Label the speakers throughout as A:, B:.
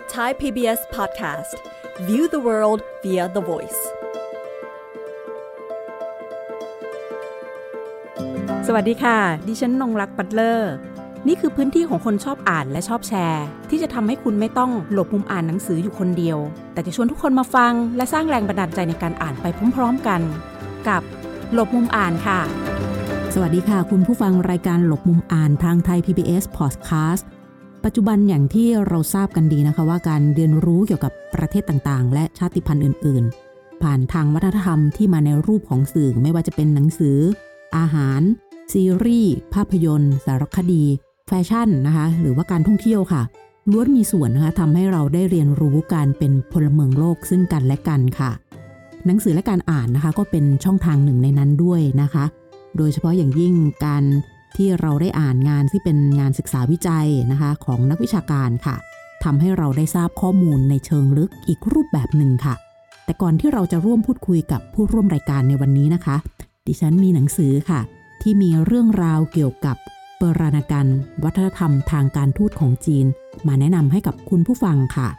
A: Thai PBS Podcast. View the world via the voice.
B: สวัสดีค่ะดิฉันนงลักษณ์บัตเลอร์นี่คือพื้นที่ของคนชอบอ่านและชอบแชร์ที่จะทำให้คุณไม่ต้องหลบมุมอ่านหนังสืออยู่คนเดียวแต่จะชวนทุกคนมาฟังและสร้างแรงบันดาลใจในการอ่านไปพร้อมๆกันกับหลบมุมอ่านค่ะสวัสดีค่ะคุณผู้ฟังรายการหลบมุมอ่านทางไทย PBS Podcast ปัจจุบันอย่างที่เราทราบกันดีนะคะว่าการเรียนรู้เกี่ยวกับประเทศต่างๆและชาติพันธุ์อื่นๆผ่านทางวัฒนธรรมที่มาในรูปของสื่อไม่ว่าจะเป็นหนังสืออาหารซีรีส์ภาพยนตร์สารคดีแฟชั่นนะคะหรือว่าการท่องเที่ยวค่ะล้วนมีส่วนนะคะทำให้เราได้เรียนรู้การเป็นพลเมืองโลกซึ่งกันและกันค่ะหนังสือและการอ่านนะคะก็เป็นช่องทางหนึ่งในนั้นด้วยนะคะโดยเฉพาะอย่างยิ่งการที่เราได้อ่านงานที่เป็นงานศึกษาวิจัยนะคะของนักวิชาการค่ะทำให้เราได้ทราบข้อมูลในเชิงลึกอีกรูปแบบหนึ่งค่ะแต่ก่อนที่เราจะร่วมพูดคุยกับผู้ร่วมรายการในวันนี้นะคะดิฉันมีหนังสือค่ะที่มีเรื่องราวเกี่ยวกับเปรานกันวัฒนธรรมทางการทูตของจีนมาแนะนำให้กับคุณผู้ฟังค่ะ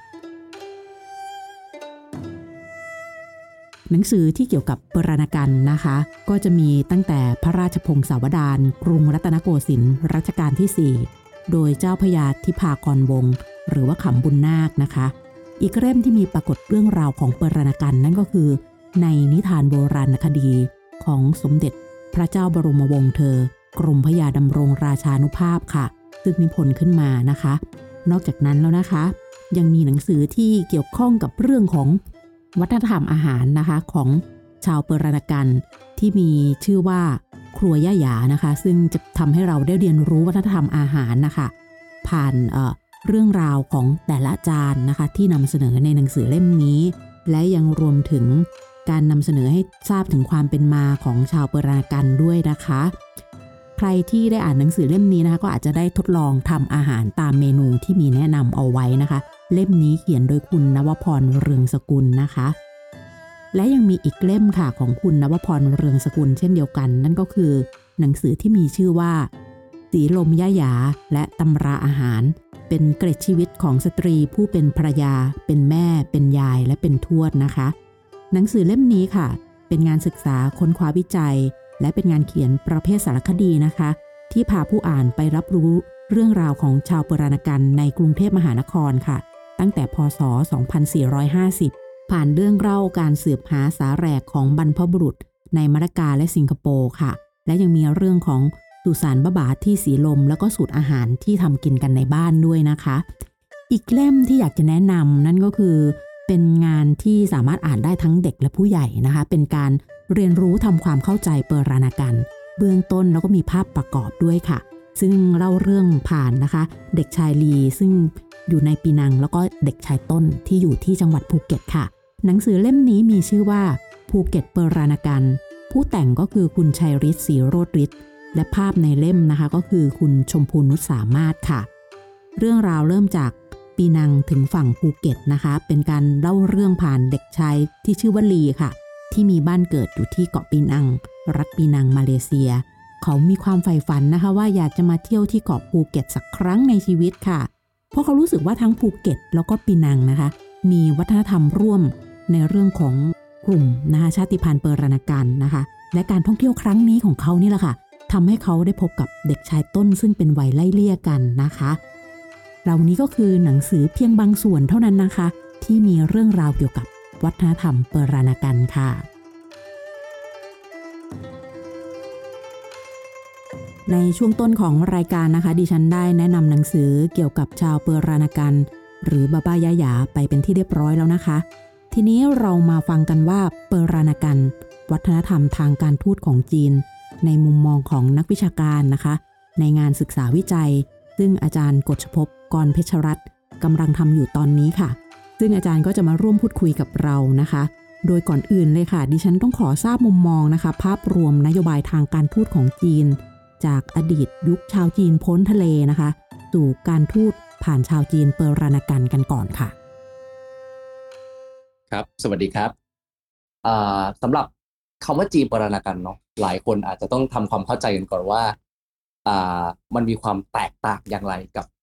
B: หนังสือที่เกี่ยวกับเปรานกันนะคะก็จะมีตั้งแต่พระราชพงศาวดารกรุงรัตนโกสินทร์รัชกาลที่4โดยเจ้าพระยาธิภากรวงศ์หรือว่าขำบุญนาคนะคะอีกเล่มที่มีปรากฏเรื่องราวของเปรานกันนั่นก็คือในนิทานโบราณคดีของสมเด็จพระเจ้าบรมวงศ์เธอกรมพระยาดำรงราชานุภาพค่ะซึ่งนิพนธ์ขึ้นมานะคะนอกจากนั้นแล้วนะคะยังมีหนังสือที่เกี่ยวข้องกับเรื่องของวัฒนธรรมอาหารนะคะของชาวเปรานกันที่มีชื่อว่าครัวย่าหยานะคะซึ่งจะทำให้เราได้เรียนรู้วัฒนธรรมอาหารนะคะผ่านเรื่องราวของแต่ละจานนะคะที่นำเสนอในหนังสือเล่มนี้และยังรวมถึงการนำเสนอให้ทราบถึงความเป็นมาของชาวเปรานกันด้วยนะคะใครที่ได้อ่านหนังสือเล่มนี้นะคะก็อาจจะได้ทดลองทำอาหารตามเมนูที่มีแนะนำเอาไว้นะคะเล่มนี้เขียนโดยคุณนวพรเรืองสกุลนะคะและยังมีอีกเล่มค่ะของคุณนวพรเรืองสกุลเช่นเดียวกันนั่นก็คือหนังสือที่มีชื่อว่าสีลมย่าหยาและตำราอาหารเป็นเกร็ดชีวิตของสตรีผู้เป็นภรรยาเป็นแม่เป็นยายและเป็นทวดนะคะหนังสือเล่มนี้ค่ะเป็นงานศึกษาค้นคว้าวิจัยและเป็นงานเขียนประเภทสารคดีนะคะที่พาผู้อ่านไปรับรู้เรื่องราวของชาวเปรานกันในกรุงเทพมหานครค่ะตั้งแต่พ.ศ. 2450ผ่านเรื่องเล่าการสืบหาสาแหรกของบรรพบุรุษในมะละกาและสิงคโปร์ค่ะและยังมีเรื่องของสุสานบะบาที่สีลมแล้วก็สูตรอาหารที่ทำกินกันในบ้านด้วยนะคะอีกเล่มที่อยากจะแนะนำนั่นก็คือเป็นงานที่สามารถอ่านได้ทั้งเด็กและผู้ใหญ่นะคะเป็นการเรียนรู้ทำความเข้าใจเปรานกันเบื้องต้นแล้วก็มีภาพประกอบด้วยค่ะซึ่งเล่าเรื่องผ่านนะคะเด็กชายลีซึ่งอยู่ในปีนังแล้วก็เด็กชายต้นที่อยู่ที่จังหวัดภูเก็ตค่ะหนังสือเล่มนี้มีชื่อว่าภูเก็ตเปรานกันผู้แต่งก็คือคุณชัยฤทธิ์ศรีโรจน์ฤทธิ์และภาพในเล่มนะคะก็คือคุณชมพูนุชสามารถค่ะเรื่องราวเริ่มจากปีนังถึงฝั่งภูเก็ตนะคะเป็นการเล่าเรื่องผ่านเด็กชายที่ชื่อว่าลีค่ะที่มีบ้านเกิดอยู่ที่เกาะปีนังรัฐปีนังมาเลเซียเขามีความใฝ่ฝันนะคะว่าอยากจะมาเที่ยวที่เกาะภูเก็ตสักครั้งในชีวิตค่ะเพราะเขารู้สึกว่าทั้งภูเก็ตแล้วก็ปีนังนะคะมีวัฒนธรรมร่วมในเรื่องของกลุ่มนะคะชาติพันธุ์เปรานกันนะคะและการท่องเที่ยวครั้งนี้ของเขานี่แหละค่ะทำให้เขาได้พบกับเด็กชายต้นซึ่งเป็นวัยไล่เลี่ยกันนะคะเหล่านี้ก็คือหนังสือเพียงบางส่วนเท่านั้นนะคะที่มีเรื่องราวเกี่ยวกับวัฒนธรรมเปรานกันค่ะในช่วงต้นของรายการนะคะดิฉันได้แนะนำหนังสือเกี่ยวกับชาวเปรานกันหรือบาบายาหยาไปเป็นที่เรียบร้อยแล้วนะคะทีนี้เรามาฟังกันว่าเปรานกันวัฒนธรรมทางการทูตของจีนในมุมมองของนักวิชาการนะคะในงานศึกษาวิจัยซึ่งอาจารย์กฤษภพ กรเพชรรัตน์กำลังทำอยู่ตอนนี้ค่ะซึ่งอาจารย์ก็จะมาร่วมพูดคุยกับเรานะคะโดยก่อนอื่นเลยค่ะดิฉันต้องขอทราบมุมมองนะคะภาพรวมนโยบายทางการทูตของจีนจากอดีตยุคชาวจีนพ้นทะเลนะคะสู่การทูตผ่านชาวจีนเปรานกันกันก่อนค่ะ
C: ครับสวัสดีครับสำหรับคำว่าจีนเปรานกันเนาะหลายคนอาจจะต้องทำความเข้าใจกันก่อนว่ามันมีความแตกต่างอย่างไรกับ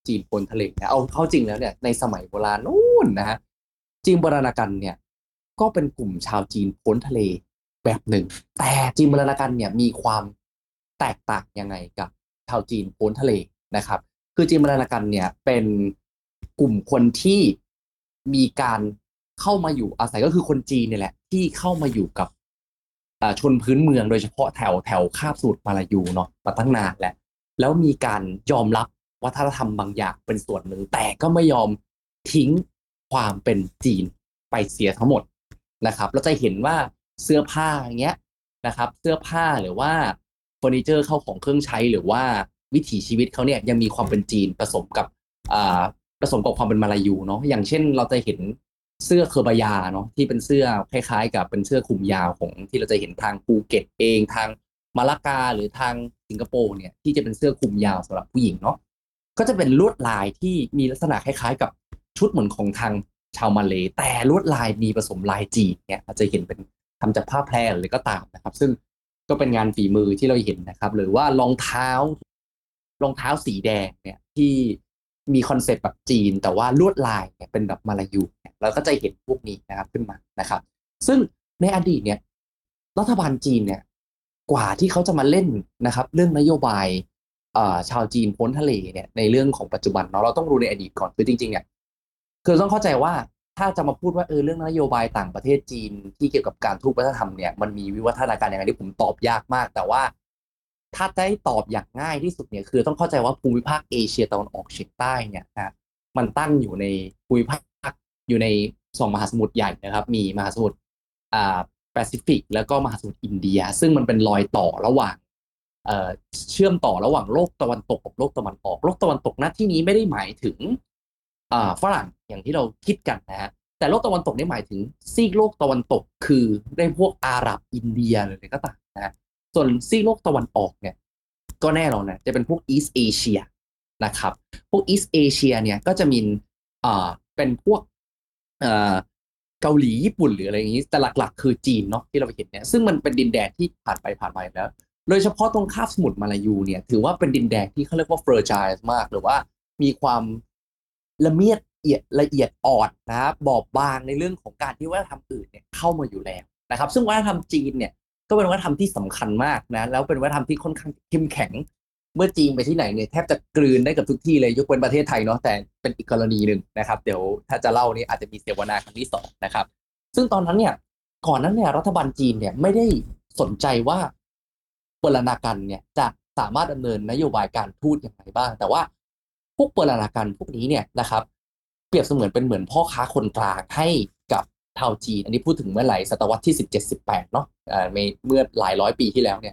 C: จีนพ้นทะเลนะเอาเข้าจริงแล้วเนี่ยในสมัยโบราณนู่นนะฮะจีนโบราณกันเนี่ยก็เป็นกลุ่มชาวจีนพ้นทะเลแบบหนึ่งแต่จีนโบราณกันเนี่ยมีความแตกต่างยังไงกับชาวจีนพ้นทะเลนะครับคือจีนโบราณกันเนี่ยเป็นกลุ่มคนที่มีการเข้ามาอยู่อาศัยก็คือคนจีนเนี่ยแหละที่เข้ามาอยู่กับชนพื้นเมืองโดยเฉพาะแถวคาบสมุทรมาลายูเนาะมาตั้งนานแล้วมีการยอมรับวัฒนธรรมบางอย่างเป็นส่วนหนึ่งแต่ก็ไม่ยอมทิ้งความเป็นจีนไปเสียทั้งหมดนะครับเราจะเห็นว่าเสื้อผ้าอย่างเงี้ยนะครับเสื้อผ้าหรือว่าเฟอร์นิเจอร์เข้าของเครื่องใช้หรือว่าวิถีชีวิตเขาเนี่ยยังมีความเป็นจีนผสมกับความเป็นมาลายูเนาะอย่างเช่นเราจะเห็นเสื้อเคอร์บายาเนาะที่เป็นเสื้อคล้ายๆกับเป็นเสื้อคลุมยาวของที่เราจะเห็นทางภูเก็ตเองทางมาลากาหรือทางสิงคโปร์เนี่ยที่จะเป็นเสื้อคลุมยาวสำหรับผู้หญิงเนาะก็จะเป็นลวดลายที่มีลักษณะคล้ายๆกับชุดเหมือนของทางชาวมาเลย์แต่ลวดลายมีผสมลายจีนเนี่ยอาจจะเห็นเป็นทำจากผ้าแพรหรือก็ตามนะครับซึ่งก็เป็นงานฝีมือที่เราเห็นนะครับหรือว่ารองเท้าสีแดงเนี่ยที่มีคอนเซ็ปต์แบบจีนแต่ว่าลวดลายเนี่ยเป็นแบบมาลายูเนี่ยเราก็จะเห็นพวกนี้นะครับขึ้นมานะครับซึ่งในอดีตเนี่ยรัฐบาลจีนเนี่ยกว่าที่เขาจะมาเล่นนะครับเรื่องนโยบายชาวจีนพ้นทะเลเนี่ยในเรื่องของปัจจุบันเนาะเราต้องรู้ในอดีตก่อนคือจริงๆเนี่ยคือต้องเข้าใจว่าถ้าจะมาพูดว่าเรื่องนโยบายต่างประเทศจีนที่เกี่ยวกับการทูตวัฒนธรรมเนี่ยมันมีวิวัฒนาการอย่างไรที่ผมตอบยากมากแต่ว่าถ้าจะให้ตอบอย่างง่ายที่สุดเนี่ยคือต้องเข้าใจว่าภูมิภาคเอเชียตะวันออกเฉียงใต้เนี่ยนะมันตั้งอยู่ในภูมิภาคอยู่ใน2มหาสมุทรใหญ่นะครับมีมหาสมุทรแปซิฟิกแล้วก็มหาสมุทรอินเดียซึ่งมันเป็นรอยต่อระหว่างเชื่อมต่อระหว่างโลกตะวันตกกับโลกตะวันออกโลกตะวันตกณที่นี้ไม่ได้หมายถึงฝรั่งอย่างที่เราคิดกันนะฮะแต่โลกตะวันตกนี่หมายถึงซีกโลกตะวันตกคือได้พวกอาหรับอินเดียอะไรก็ตามนะฮะส่วนซีกโลกตะวันออกเนี่ยก็แน่นอนนะจะเป็นพวกอีสต์เอเชียนะครับพวกอีสต์เอเชียเนี่ยก็จะมีเป็นพวกเกาหลีญี่ปุ่นหรืออะไรอย่างนี้แต่หลักๆคือจีนเนาะที่เราไปเห็นเนี่ยซึ่งมันเป็นดินแดนที่ผ่านไปแล้วโดยเฉพาะตรงคาบสมุทรมาลายูเนี่ยถือว่าเป็นดินแดนที่เขาเรียกว่าเฟอร์จายมากหรือว่ามีความละเอียดอ่อนนะครับบอบบางในเรื่องของการที่วัฒนธรรมอื่นเนี่ยเข้ามาอยู่แล้วนะครับซึ่งวัฒนธรรมจีนเนี่ยก็เป็นวัฒนธรรมที่สำคัญมากนะแล้วเป็นวัฒนธรรมที่ค่อนข้างเข้มแข็งเมื่อจีนไปที่ไหนเนี่ยแทบจะกลืนได้กับทุกที่เลยยกเว้นประเทศไทยเนาะแต่เป็นอีกกรณีหนึ่งนะครับเดี๋ยวถ้าจะเล่านี่อาจจะมีเสวนาครั้งที่2นะครับซึ่งตอนนั้นเนี่ยก่อนนั้นเนี่ยรัฐบาลจีนเนี่ยไม่ได้สนใจว่าปรณาการเนี่ยจะสามารถดำเนินนโยบายการทูตอย่างไรบ้างแต่ว่าพวกปรณาการพวกนี้เนี่ยนะครับเปรียบเสมือนเป็นเหมือนพ่อค้าคนกลางให้กับชาวจีนอันนี้พูดถึงเมื่อไหร่ศตวรรษที่17-18เนาะเมื่อหลายร้อยปีที่แล้วเนี่ย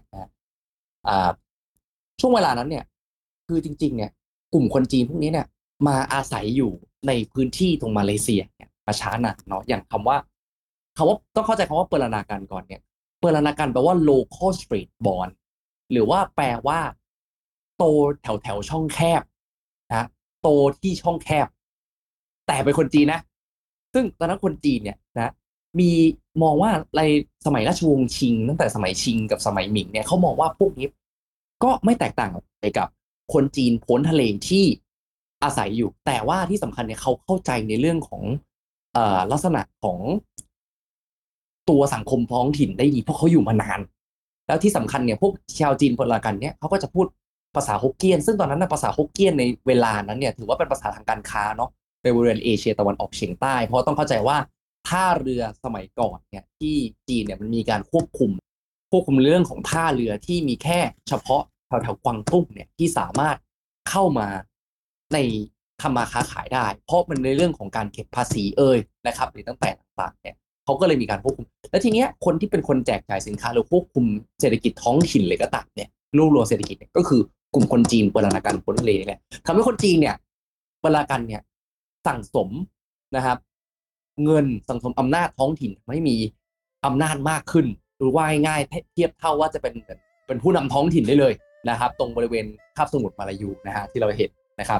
C: ช่วงเวลานั้นเนี่ยคือจริงๆเนี่ยกลุ่มคนจีนพวกนี้เนี่ยมาอาศัยอยู่ในพื้นที่ตรงมาเลเซียเนี่ยมาช้านานเนาะอย่างคำว่าต้องเข้าใจคำว่าเปรณาการก่อนเนี่ยเปรณาการแปลว่า local street born หรือว่าแปลว่าโตแถวช่องแคบนะโตที่ช่องแคบแต่เป็นคนจีนนะซึ่งตอนนั้นคนจีนเนี่ยนะมีมองว่าในสมัยราชวงศ์ชิงตั้งแต่สมัยชิงกับสมัยหมิงเนี่ยเขามองว่าพวกนี้ก็ไม่แตกต่างไปกับคนจีนพ้นทะเลที่อาศัยอยู่แต่ว่าที่สำคัญเนี่ยเขาเข้าใจในเรื่องของลักษณะของตัวสังคมท้องถิ่นได้ดีเพราะเขาอยู่มานานแล้วที่สำคัญเนี่ยพวกชาวจีนพลกันเนี่ยเขาก็จะพูดภาษาฮกเกี้ยนซึ่งตอนนั้นนะภาษาฮกเกี้ยนในเวลานั้นเนี่ยถือว่าเป็นภาษาทางการค้าเนาะในบริเวณเอเชียตะวันออกเฉียงใต้เพราะต้องเข้าใจว่าท่าเรือสมัยก่อนเนี่ยที่จีนเนี่ยมันมีการควบคุมเรื่องของท่าเรือที่มีแค่เฉพาะแถวกวางตุ้งเนี่ยที่สามารถเข้ามาในทำมาค้าขายได้เพราะมันในเรื่องของการเก็บภาษีนะครับหรือตั้งแต่ต่างๆเนี่ยเขาก็เลยมีการควบคุมและทีเนี้ยคนที่เป็นคนแจกจ่ายสินค้าหรือควบคุมเศรษฐกิจท้องถิ่นเลยก็ตามเนี่ยรวบรวมเศรษฐกิจเนี่ยก็คือกลุ่มคนจีนปรณาการพ้นทะเลเนี่ยทำให้คนจีนเนี่ยปรณาการเนี่ยสั่งสมนะครับเงินสั่งสมอำนาจท้องถิ่นทำให้มีอำนาจมากขึ้นหรือว่าง่ายๆเทียบเท่าว่าจะเป็นผู้นำท้องถิ่นได้เลยนะครับตรงบริเวณคาบสมุทรมาลายูนะฮะที่เราเห็นนะครับ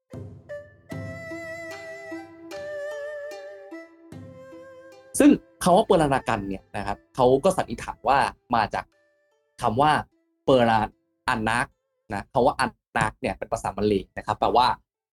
C: ซึ่งคำว่าเปรณากันเนี่ยนะครับเขาก็สันนิษฐานว่ามาจากคำว่าเปราอันนักนะคำว่าอันนักเนี่ยเป็นภาษามาเลย์นะครับแปลว่า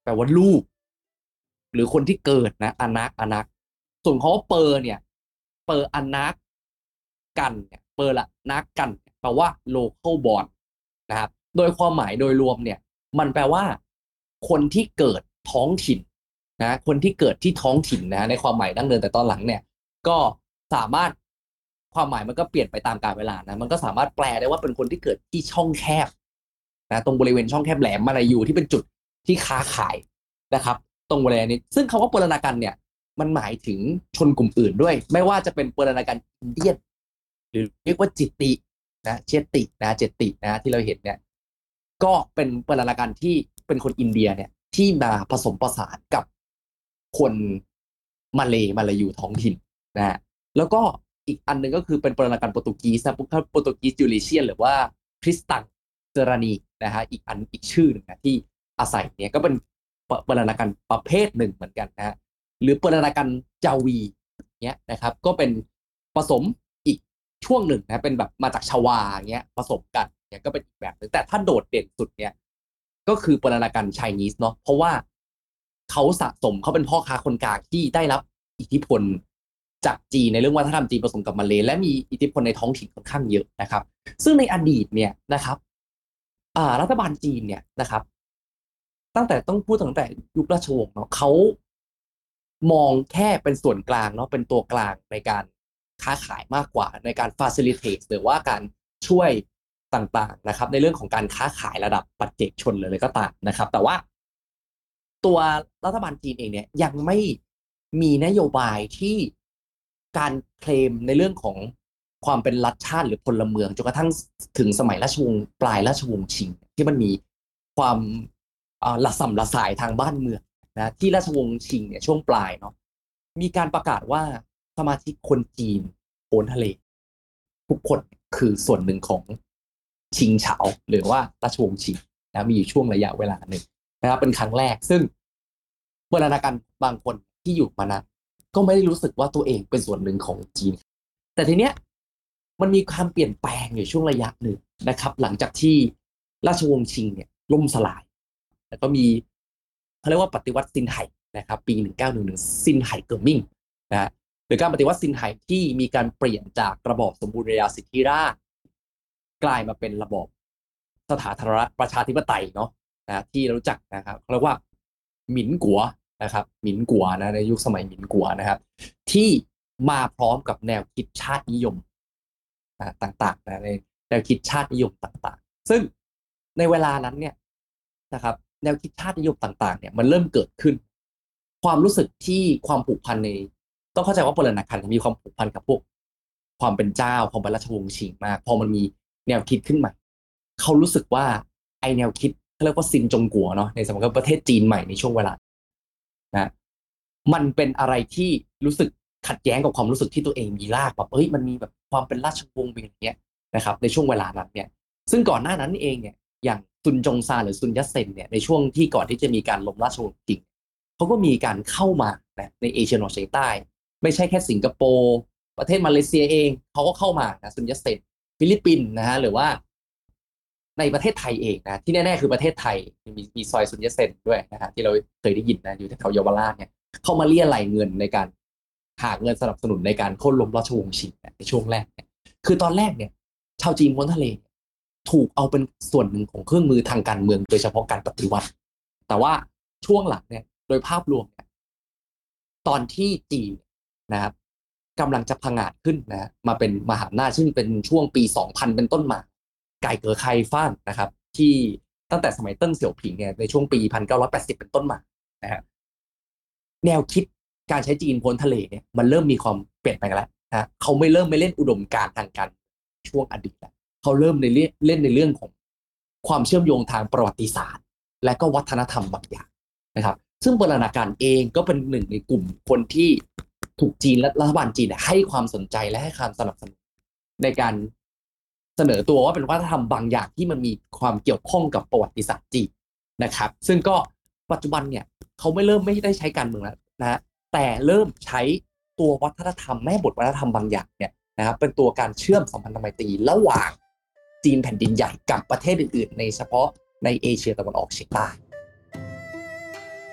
C: ลว่าลูกหรือคนที่เกิดนะอนักส่วนคำว่าเปอร์เนี่ยเปอร์อนักกันเนี่ยเปอร์ละนักกันแปลว่า local born นะครับโดยความหมายโดยรวมเนี่ยมันแปลว่าคนที่เกิดท้องถิ่นนะคนที่เกิดที่ท้องถิ่นนะในความหมายดั้งเดิมแต่ตอนหลังเนี่ยก็สามารถความหมายมันก็เปลี่ยนไปตามกาลเวลานะมันก็สามารถแปลได้ว่าเป็นคนที่เกิดที่ช่องแคบนะตรงบริเวณช่องแคบแหลมมาลายูที่เป็นจุดที่ค้าขายนะครับตรงบริเวณนี้ซึ่งคำว่าปรณากันเนี่ยมันหมายถึงชนกลุ่มอื่นด้วยไม่ว่าจะเป็นปรณากันอินเดียนหรือเรียกว่าจิตตินะเจตินะเจตินะที่เราเห็นเนี่ยก็เป็นปรณากันที่เป็นคนอินเดียเนี่ยที่มาผสมผสานกับคนมาลายูท้องถิ่นนะฮะแล้วก็อีกอันหนึ่งก็คือเป็นปรณากันโปรตุเกสนะโปรตุเกสยูริเชียนหรือว่าคริสตังเจรานีนะฮะอีกชื่อหนึ่งนะที่อาศัยเนี่ยก็เป็นปรณากันประเภทหนึ่งเหมือนกันนะฮะหรือปรณากันจาวีเนี่ยนะครับก็เป็นผสมอีกช่วงหนึ่งนะเป็นแบบมาจากชวาเงี้ยผสมกันเนี่ยก็เป็นอีกแบบนึงแต่ถ้าโดดเด่นสุดเนี่ยก็คือปรณากันไชนีสเนาะเพราะว่าเขาสะสมเขาเป็นพ่อค้าคนกลางที่ได้รับอิทธิพลจากจีนในเรื่องวัฒนธรรมจีนผสมกับมาเลย์และมีอิทธิพลในท้องถิ่นค่อนข้างเยอะนะครับซึ่งในอดีตเนี่ยนะครับรัฐบาลจีนเนี่ยนะครับตั้งแต่ยุคราชวงศ์เนาะเขามองแค่เป็นส่วนกลางเนาะเป็นตัวกลางในการค้าขายมากกว่าในการ facilitate หรือว่าการช่วยต่างๆนะครับในเรื่องของการค้าขายระดับปัจเจกชนเลยก็ตามนะครับแต่ว่าตัวรัฐบาลจีนเองเนี่ยยังไม่มีนโยบายที่การเคลมในเรื่องของความเป็นรัฐชาติหรือพลเมืองจนกระทั่งถึงสมัยราชวงศ์ปลายราชวงศ์ชิงที่มันมีความละส่ำละสายทางบ้านเมืองนะที่ราชวงศ์ชิงเนี่ยช่วงปลายเนาะมีการประกาศว่าสมาชิกคนจีนโพ้นทะเลทุกคนคือส่วนหนึ่งของชิงเฉาหรือว่าราชวงศ์ชิงนะมีอยู่ช่วงระยะเวลาหนึ่งนะครับเป็นครั้งแรกซึ่งโบราณกาลบางคนที่อยู่มานะก็ไม่ได้รู้สึกว่าตัวเองเป็นส่วนหนึ่งของจีนแต่ทีเนี้ยมันมีความเปลี่ยนแปลงอยู่ช่วงระยะหนึ่งนะครับหลังจากที่ราชวงศ์ชิงเนี่ยล่มสลายแล้วก็มีเขาเรียกว่าปฏิวัติซินไห่นะครับปี1911ซินไห่เกิร์มิงนะหรือการปฏิวัติซินไห่ที่มีการเปลี่ยนจากระบอบสมบูรณาญาสิทธิราชย์กลายมาเป็นระบอบสถาธารณประชาธิปไตยเนาะนะที่รู้จักนะครับเขาเรียกว่าหมินกัวนะครับหมินกัวนะในยุคสมัยหมินกัวนะครับที่มาพร้อมกับแนวคิดชาตินิยมต่างๆนะในแนวคิดชาตินิยมต่างๆซึ่งในเวลานั้นเนี่ยนะครับแนวคิดชาตินิยมต่างๆเนี่ยมันเริ่มเกิดขึ้นความรู้สึกที่ความผูกพันในต้องเข้าใจว่าปรณาคันมีความผูกพันกับพวกความเป็นเจ้าความเป็นราชวงศ์ชิงมากพอมันมีแนวคิดขึ้นมาเขารู้สึกว่าไอแนวคิดเขาเรียกว่าซินจงกัวเนาะในสมัยประเทศจีนใหม่ในช่วงเวลานะมันเป็นอะไรที่รู้สึกขัดแย้งกับความรู้สึกที่ตัวเองมีรากแบบมันมีแบบความเป็นราชวงศ์อย่างเงี้ยนะครับในช่วงเวลานั้นเนี่ยซึ่งก่อนหน้านั้นเองเนี่ยอย่างซุนจงซานหรือซุนยัตเซนเนี่ยในช่วงที่ก่อนที่จะมีการล้มราชวงศ์จริงเขาก็มีการเข้ามาในเอเชียตะวันออกเฉียงใต้ไม่ใช่แค่สิงคโปร์ประเทศมาเลเซียเองเขาก็เข้ามานะซุนยัตเซนฟิลิปปินส์นะฮะหรือว่าในประเทศไทยเองนะที่แน่ๆคือประเทศไทยมีซอยซุนยัตเซนด้วยนะฮะที่เราเคยได้ยินนะอยู่แถวเยาวราชเนี่ยเข้ามาเรียรายเงินในการหาเงินสนับสนุนในการโค่นล้มราชวงศ์ชิงในช่วงแรกเนี่ยคือตอนแรกเนี่ยชาวจีนพ้นทะเลถูกเอาเป็นส่วนหนึ่งของเครื่องมือทางการเมืองโดยเฉพาะการปฏิวัติแต่ว่าช่วงหลังเนี่ยโดยภาพรวมเนี่ยตอนที่จีนนะครับกำลังจะผงาดขึ้นนะมาเป็นมหาอำนาจซึ่งเป็นช่วงปี2000เป็นต้นมาไก่เก๋อไคฟ้านนะครับที่ตั้งแต่สมัยเติ้งเสี่ยวผิงเนี่ยในช่วงปี1980เป็นต้นมานะฮะแนวคิดการใช้จีนพ้นทะเลเนี่ยมันเริ่มมีความเปลี่ยนไปแล้วนะเขาไม่เล่นอุดมการณ์ทางการช่วงอดีตแล้วเขาเริ่มเล่นในเรื่องของความเชื่อมโยงทางประวัติศาสตร์และก็วัฒนธรรมบางอย่างนะครับซึ่งปรณาการเองก็เป็นหนึ่งในกลุ่มคนที่ถูกจีนและรัฐบาลจีนให้ความสนใจและให้ความสนับสนุนในการเสนอตัวว่าเป็นวัฒนธรรมบางอย่างที่มันมีความเกี่ยวข้องกับประวัติศาสตร์จีนนะครับซึ่งก็ปัจจุบันเนี่ยเขาไม่ได้ใช้การเมืองแล้วนะแต่เริ่มใช้ตัววัฒนธรรมแม่บทวัฒนธรรมบางอย่างเนี่ยนะครับเป็นตัวการเชื่อมสัมพันธไมตรีระหว่างจีนแผ่นดินใหญ่กับประเทศอื่นๆในเฉพาะในเอเชียตะวันออกเฉียงใต้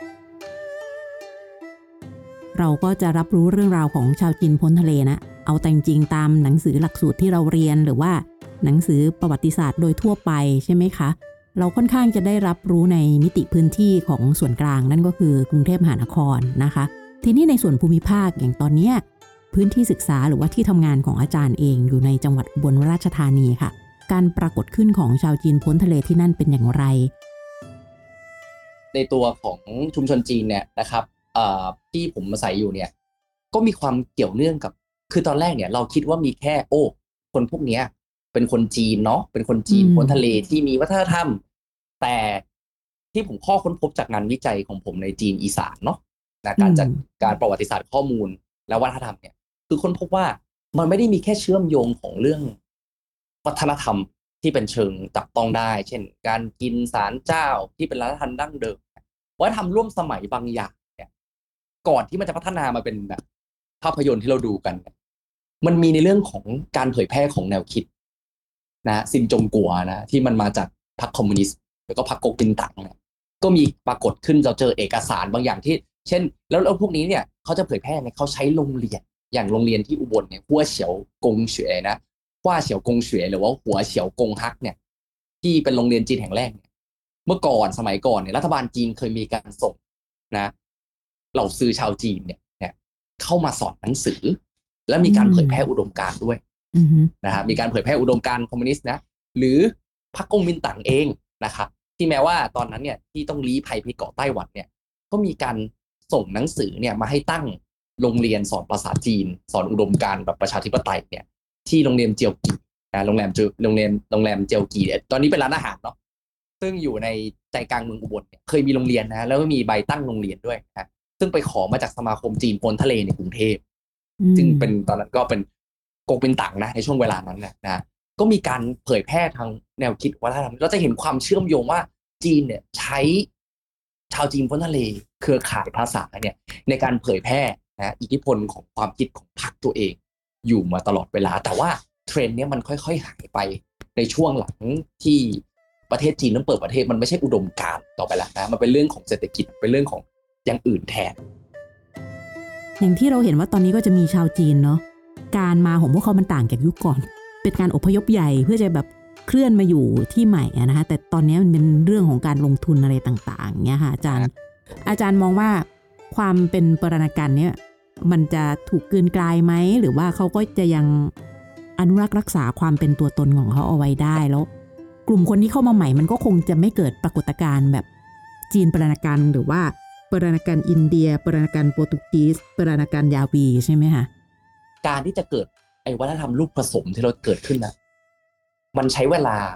B: เราก็จะรับรู้เรื่องราวของชาวจีนพ้นทะเลนะเอาแต่จริงๆตามหนังสือหลักสูตรที่เราเรียนหรือว่าหนังสือประวัติศาสตร์โดยทั่วไปใช่ไหมคะเราค่อนข้างจะได้รับรู้ในมิติพื้นที่ของส่วนกลางนั่นก็คือกรุงเทพมหานครนะคะทีนี้ในส่วนภูมิภาคอย่างตอนนี้พื้นที่ศึกษาหรือว่าที่ทำงานของอาจารย์เองอยู่ในจังหวัดอุบลราชธานีค่ะการปรากฏขึ้นของชาวจีนพ้นทะเลที่นั่นเป็นอย่างไร
C: ในตัวของชุมชนจีนเนี่ยนะครับที่ผมอาศัยอยู่เนี่ยก็มีความเกี่ยวเนื่องกับคือตอนแรกเนี่ยเราคิดว่ามีแค่คนพวกเนี้ยเป็นคนจีนเนาะเป็นคนจีนพ้นทะเลที่มีวัฒนธรรมแต่ที่ผมข้อค้นพบจากงานวิจัยของผมในจีนอีสานเนาะนะการจัดการประวัติศาสตร์ข้อมูลและวัฒนธรรมเนี่ยคือค้นพบว่ามันไม่ได้มีแค่เชื่อมโยงของเรื่องวัฒนธรรมที่เป็นเชิงจับต้องได้เช่นการกินศาลเจ้าที่เป็นวัฒนธรรมดั้งเดิมวัฒนธรรมร่วมสมัยบางอย่างเนี่ยก่อนที่มันจะพัฒนามาเป็นแบบภาพยนตร์ที่เราดูกันมันมีในเรื่องของการเผยแพร่ของแนวคิดนะซินจงกัวนะที่มันมาจากพรรคคอมมิวนิสต์แล้วก็พรรคก๊กมินตั๋งเนี่ยก็มีปรากฏขึ้นเราเจอเอกสารบางอย่างที่เช่นแล้วพวกนี้เนี่ยเขาจะเผยแพร่เนี่ยเขาใช้โรงเรียนอย่างโรงเรียนที่อุบลเนี่ยหัวเฉียวกงเฉวยนะหัวเฉียวกงเฉวยหรือว่าหัวเฉียวกงฮักเนี่ยที่เป็นโรงเรียนจีนแห่งแรกเนี่ยเมื่อก่อนสมัยก่อนเนี่ยรัฐบาลจีนเคยมีการส่งนะเหล่าซื้อชาวจีนเนี่ยเข้ามาสอนหนังสือและมีการเผยแพร่อุดมการณ์ด้วยนะครับมีการเผยแพร่อุดมการณ์คอมมิวนิสต์นะหรือพรรคก๊กมินตั๋งเองนะครับที่แม้ว่าตอนนั้นเนี่ยที่ต้องลี้ภัยไปเกาะไต้หวันเนี่ยก็มีการส่งหนังสือเนี่ยมาให้ตั้งโรงเรียนสอนภาษาจีนสอนอุดมการณ์แบบประชาธิปไตยเนี่ยที่โรงเรียนเจียวกีโรงแรมเจียวกีตอนนี้เป็นร้านอาหารเนาะซึ่งอยู่ในใจกลางเมืองอุบลเนี่ยเคยมีโรงเรียนนะแล้วก็มีใบตั้งโรงเรียนด้วยนะซึ่งไปขอมาจากสมาคมจีนพ้นทะเลในกรุงเทพซึ่งเป็นตอนนั้นก็เป็นก๊กมินตั๋งนะในช่วงเวลานั้นนะก็มีการเผยแพร่ทางแนวคิดวัฒนธรรมเราจะเห็นความเชื่อมโยงว่าจีนเนี่ยใช้ชาวจีนพ้นทะเลเครือข่ายภาษาเนี่ยในการเผยแพร่นะอิทธิพลของความคิดของพรรคตัวเองอยู่มาตลอดเวลาแต่ว่าเทรนด์นี้มันค่อยๆหายไปในช่วงหลังที่ประเทศจีนนั้นเปิดประเทศมันไม่ใช่อุดมการณ์ต่อไปแล้วนะมันเป็นเรื่องของเศรษฐกิจเป็นเรื่องของอย่างอื่นแทน
B: อย่างที่เราเห็นว่าตอนนี้ก็จะมีชาวจีนเนาะการมาของพวกเขามันต่างจากยุคก่อนเป็นการอพยพใหญ่เพื่อจะแบบเคลื่อนมาอยู่ที่ใหม่นะคะแต่ตอนนี้มันเป็นเรื่องของการลงทุนอะไรต่างๆเนี่ยค่ะอาจารย์มองว่าความเป็นปรณกันเนี่ยมันจะถูกกลืนกลายไหมหรือว่าเขาก็จะยังอนุรักษ์รักษาความเป็นตัวตนของเขาเอาไว้ได้แล้วกลุ่มคนที่เข้ามาใหม่มันก็คงจะไม่เกิดปรากฏการณ์แบบจีนปรณกันหรือว่าปรณกันอินเดียปรณกันโปรตุเกสปรณกันยาวีใช่ไหมคะ
C: การที่จะเกิดไอ้วัฒนธรรมลูกผสมที่เราเกิดขึ้นนะมันใช้เวลา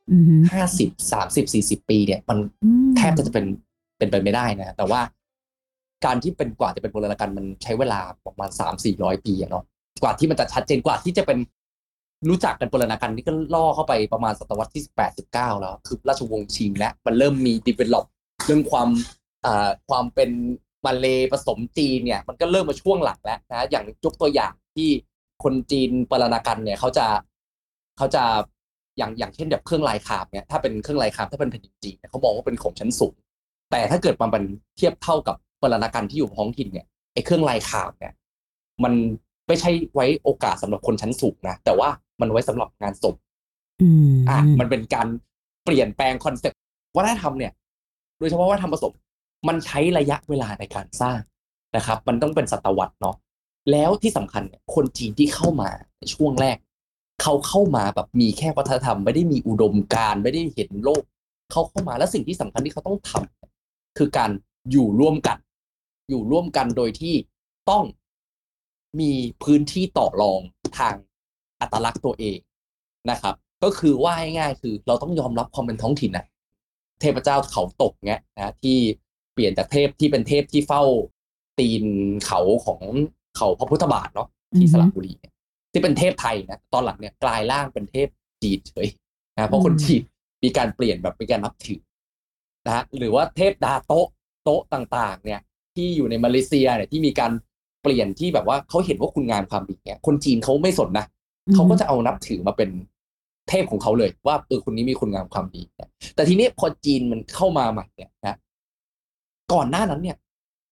C: 50 30 40 ปีเนี่ยมันแทบจะเป็นไปไม่ได้นะแต่ว่าการที่เป็นกว่าจะเป็นปรณกันมันใช้เวลาประมาณ300-400 ปีเนาะกว่าที่มันจะชัดเจนกว่าที่จะเป็นรู้จักกันปรณกันนี่ก็ล่อเข้าไปประมาณศตวรรษที่18-19แล้วคือราชวงศ์ชิงและมันเริ่มมี develop เรื่องความเป็นมาเลย์ผสมจีนเนี่ยมันก็เริ่มมาช่วงหลังแล้วนะอย่างยกตัวอย่างที่คนจีนปรณกันเนี่ยเขาจะอย่างเช่นแบบเครื่องลายคราฟเนี่ยถ้าเป็นเครื่องลายคราฟถ้าเป็นแผ่นดินจีนเขามองว่าเป็นของชั้นสูงแต่ถ้าเกิดมันเทียบเท่ากับปรณกันที่อยู่ท้องถิ่นเนี่ยไอ้เครื่องลายคราฟเนี่ยมันไม่ใช่ไว้โอกาสสำหรับคนชั้นสูงนะแต่ว่ามันไว้สำหรับงานศพมันเป็นการเปลี่ยนแปลงคอนเซ็ปต์วัฒนธรรมเนี่ยโดยเฉพาะวัฒนธรรมผสมมันใช้ระยะเวลาในการสร้างนะครับมันต้องเป็นศตวรรษเนาะแล้วที่สำคัญเนี่ยคนจีนที่เข้ามาในช่วงแรกเขาเข้ามาแบบมีแค่วัฒนธรรมไม่ได้มีอุดมการณ์ไม่ได้เห็นโลกเขาเข้ามาแล้วสิ่งที่สำคัญที่เขาต้องทำคือการอยู่ร่วมกันโดยที่ต้องมีพื้นที่ต่อรองทางอัตลักษณ์ตัวเองนะครับก็คือว่าง่ายๆคือเราต้องยอมรับความเป็นท้องถิ่นนะเทพเจ้าเขาตกเงี้ยนะที่เปลี่ยนจากเทพที่เป็นเทพที่เฝ้าตีนเขาของเขาพระพุทธบาทเนาะที่สระบุรีเนี่ยที่เป็นเทพไทยนะตอนหลังเนี่ยกลายร่างเป็นเทพจีนเฉยนะเพราะคนจีนมีการเปลี่ยนแบบมีการนับถือนะหรือว่าเทพดาโต๊ะต่างๆเนี่ยที่อยู่ในมาเลเซียเนี่ยที่มีการเปลี่ยนที่แบบว่าเขาเห็นว่าคุณงามความดีเนี่ยคนจีนเขาไม่สนนะเขาก็จะเอานับถือมาเป็นเทพของเขาเลยว่าคนนี้มีคุณงามความดีแต่ทีนี้พอจีนมันเข้ามาใหม่เนี่ยนะก่อนหน้านั้นเนี่ย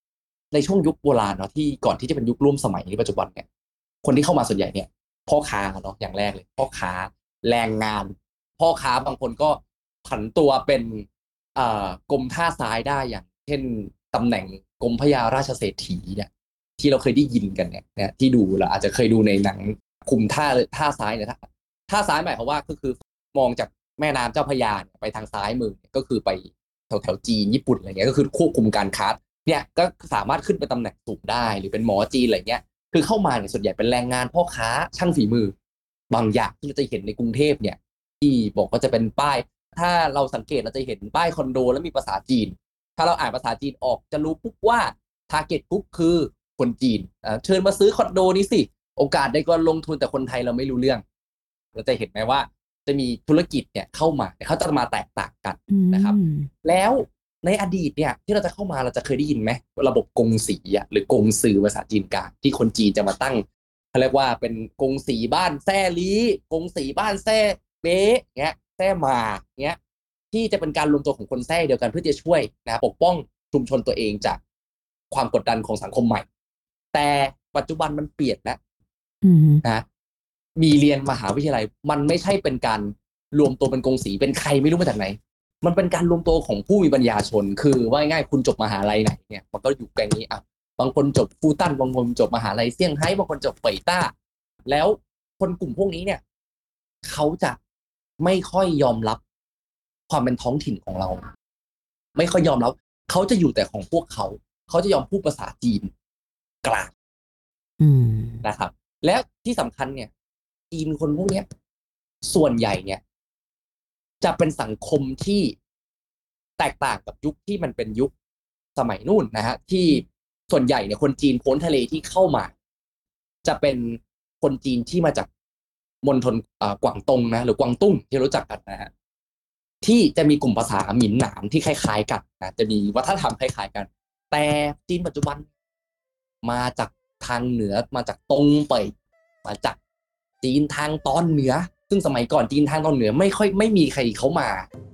C: ในช่วงยุคโบราณเนาะที่ก่อนที่จะเป็นยุคร่วมสมัยในปัจจุบันเนี่ยคนที่เข้ามาส่วนใหญ่เนี่ยพ่อค้าเนาะอย่างแรกเลยพ่อค้าแรงงานพ่อค้าบางคนก็ผันตัวเป็นกรมท่าซ้ายได้อย่างเช่นตำแหน่งกรมพระยาราชเศรษฐีเนี่ยที่เราเคยได้ยินกันเนี่ยที่ดูเราอาจจะเคยดูในหนังคุมท่าซ้ายเนี่ยท่าซ้ายหมายความว่าก็คือมองจากแม่น้ำเจ้าพระยาไปทางซ้ายมือก็คือไปแถวจีนญี่ปุ่นอะไรเงี้ยก็คือควบคุมการค้าเนี่ยก็สามารถขึ้นไปตำแหน่งสูงได้หรือเป็นหมอจีนอะไรเงี้ยคือเข้ามาเนี่ยส่วนใหญ่เป็นแรงงานพ่อค้าช่างฝีมือบางอย่างที่เราจะเห็นในกรุงเทพเนี่ยที่บอกว่าจะเป็นป้ายถ้าเราสังเกตเราจะเห็นป้ายคอนโดแล้วมีภาษาจีนถ้าเราอ่านภาษาจีนออกจะรู้ปุ๊บว่า target group คือคนจีนเชิญมาซื้อคอนโดนี้สิโอกาสได้ก็ลงทุนแต่คนไทยเราไม่รู้เรื่องเราจะเห็นไหมว่าจะมีธุรกิจเนี่ยเข้ามาเขาจะมาแตกต่างกันนะครับแล้วในอดีตเนี่ยที่เราจะเข้ามาเราจะเคยได้ยินไหมระบบกงสีหรือกงซือภาษาจีนกลางที่คนจีนจะมาตั้งเขาเรียกว่าเป็นกงสีบ้านแซ่ลี้กงสีบ้านแซ่เบ๊เงี้ยแซ่มาเงี้ยที่จะเป็นการรวมตัวของคนแซ่เดียวกันเพื่อจะช่วยนะปกป้องชุมชนตัวเองจากความกดดันของสังคมใหม่แต่ปัจจุบันมันเปลี่ยนแล้วนะมีเรียนมหาวิทยาลัยมันไม่ใช่เป็นการรวมตัวเป็นกงสีเป็นใครไม่รู้มาจากไหนมันเป็นการรวมตัวของผู้มีปัญญาชนคือว่าง่ายคุณจบมหาลัยไหนเนี่ยมันก็อยู่แกงนี้บางคนจบฟูตันบางคนจบมหาลัยเซี่ยงไฮ้บางคนจบเป่ยต้าแล้วคนกลุ่มพวกนี้เนี่ยเขาจะไม่ค่อยยอมรับความเป็นท้องถิ่นของเราไม่ค่อยยอมรับเขาจะอยู่แต่ของพวกเขาจะยอมพูดภาษาจีนกลางนะครับและที่สำคัญเนี่ยจีนคนพวกนี้ส่วนใหญ่เนี่ยจะเป็นสังคมที่แตกต่างกับยุคที่มันเป็นยุคสมัยนู่นนะฮะที่ส่วนใหญ่เนี่ยคนจีนพ้นทะเลที่เข้ามาจะเป็นคนจีนที่มาจากมณฑลกวางตงนะหรือกวางตุ้งที่รู้จักกันนะฮะที่จะมีกลุ่มภาษาหมินหนามที่คล้ายๆกันนะจะมีวัฒนธรรมคล้ายๆกันแต่จีนปัจจุบันมาจากทางเหนือมาจากตงเป่ยมาจากจีนทางตอนเหนือซึ่งสมัยก่อนจีนทางตอนเหนือไม่มีใครเขามา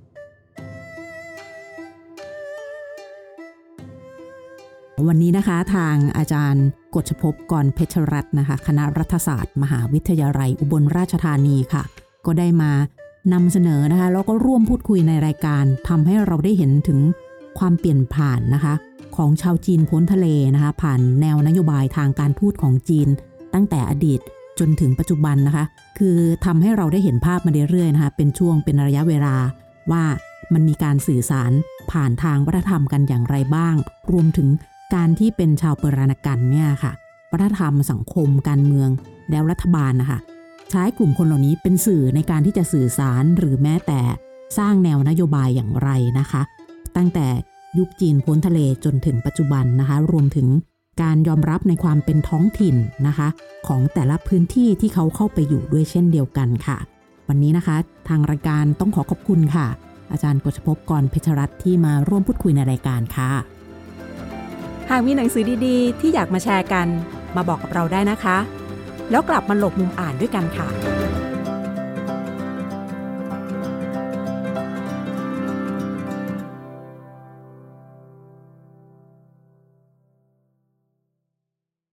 B: วันนี้นะคะทางอาจารย์กฤษภพ กรเพชรรัตน์นะคะคณะรัฐศาสตร์มหาวิทยาลัยอุบลราชธานีค่ะก็ได้มานำเสนอนะคะแล้วก็ร่วมพูดคุยในรายการทำให้เราได้เห็นถึงความเปลี่ยนผ่านนะคะของชาวจีนพ้นทะเลนะคะผ่านแนวนโยบายทางการทูตของจีนตั้งแต่อดีตจนถึงปัจจุบันนะคะคือทำให้เราได้เห็นภาพมาเรื่อยๆนะคะเป็นช่วงเป็นระยะเวลาว่ามันมีการสื่อสารผ่านทางวัฒนธรรมกันอย่างไรบ้างรวมถึงการที่เป็นชาวเปรานกันเนี่ยค่ะวัฒนธรรมสังคมการเมืองแล้วรัฐบาลนะคะใช้กลุ่มคนเหล่านี้เป็นสื่อในการที่จะสื่อสารหรือแม้แต่สร้างแนวนโยบายอย่างไรนะคะตั้งแต่ยุคจีนพ้นทะเลจนถึงปัจจุบันนะคะรวมถึงการยอมรับในความเป็นท้องถิ่นนะคะของแต่ละพื้นที่ที่เขาเข้าไปอยู่ด้วยเช่นเดียวกันค่ะวันนี้นะคะทางรายการต้องขอบคุณค่ะอาจารย์กฤษภพ กรเพชรรัตน์ที่มาร่วมพูดคุยในรายการค่ะ
A: หากมีหนังสือดีๆที่อยากมาแชร์กันมาบอกกับเราได้นะคะแล้วกลับมาหลบมุมอ่านด้วยกันค่ะ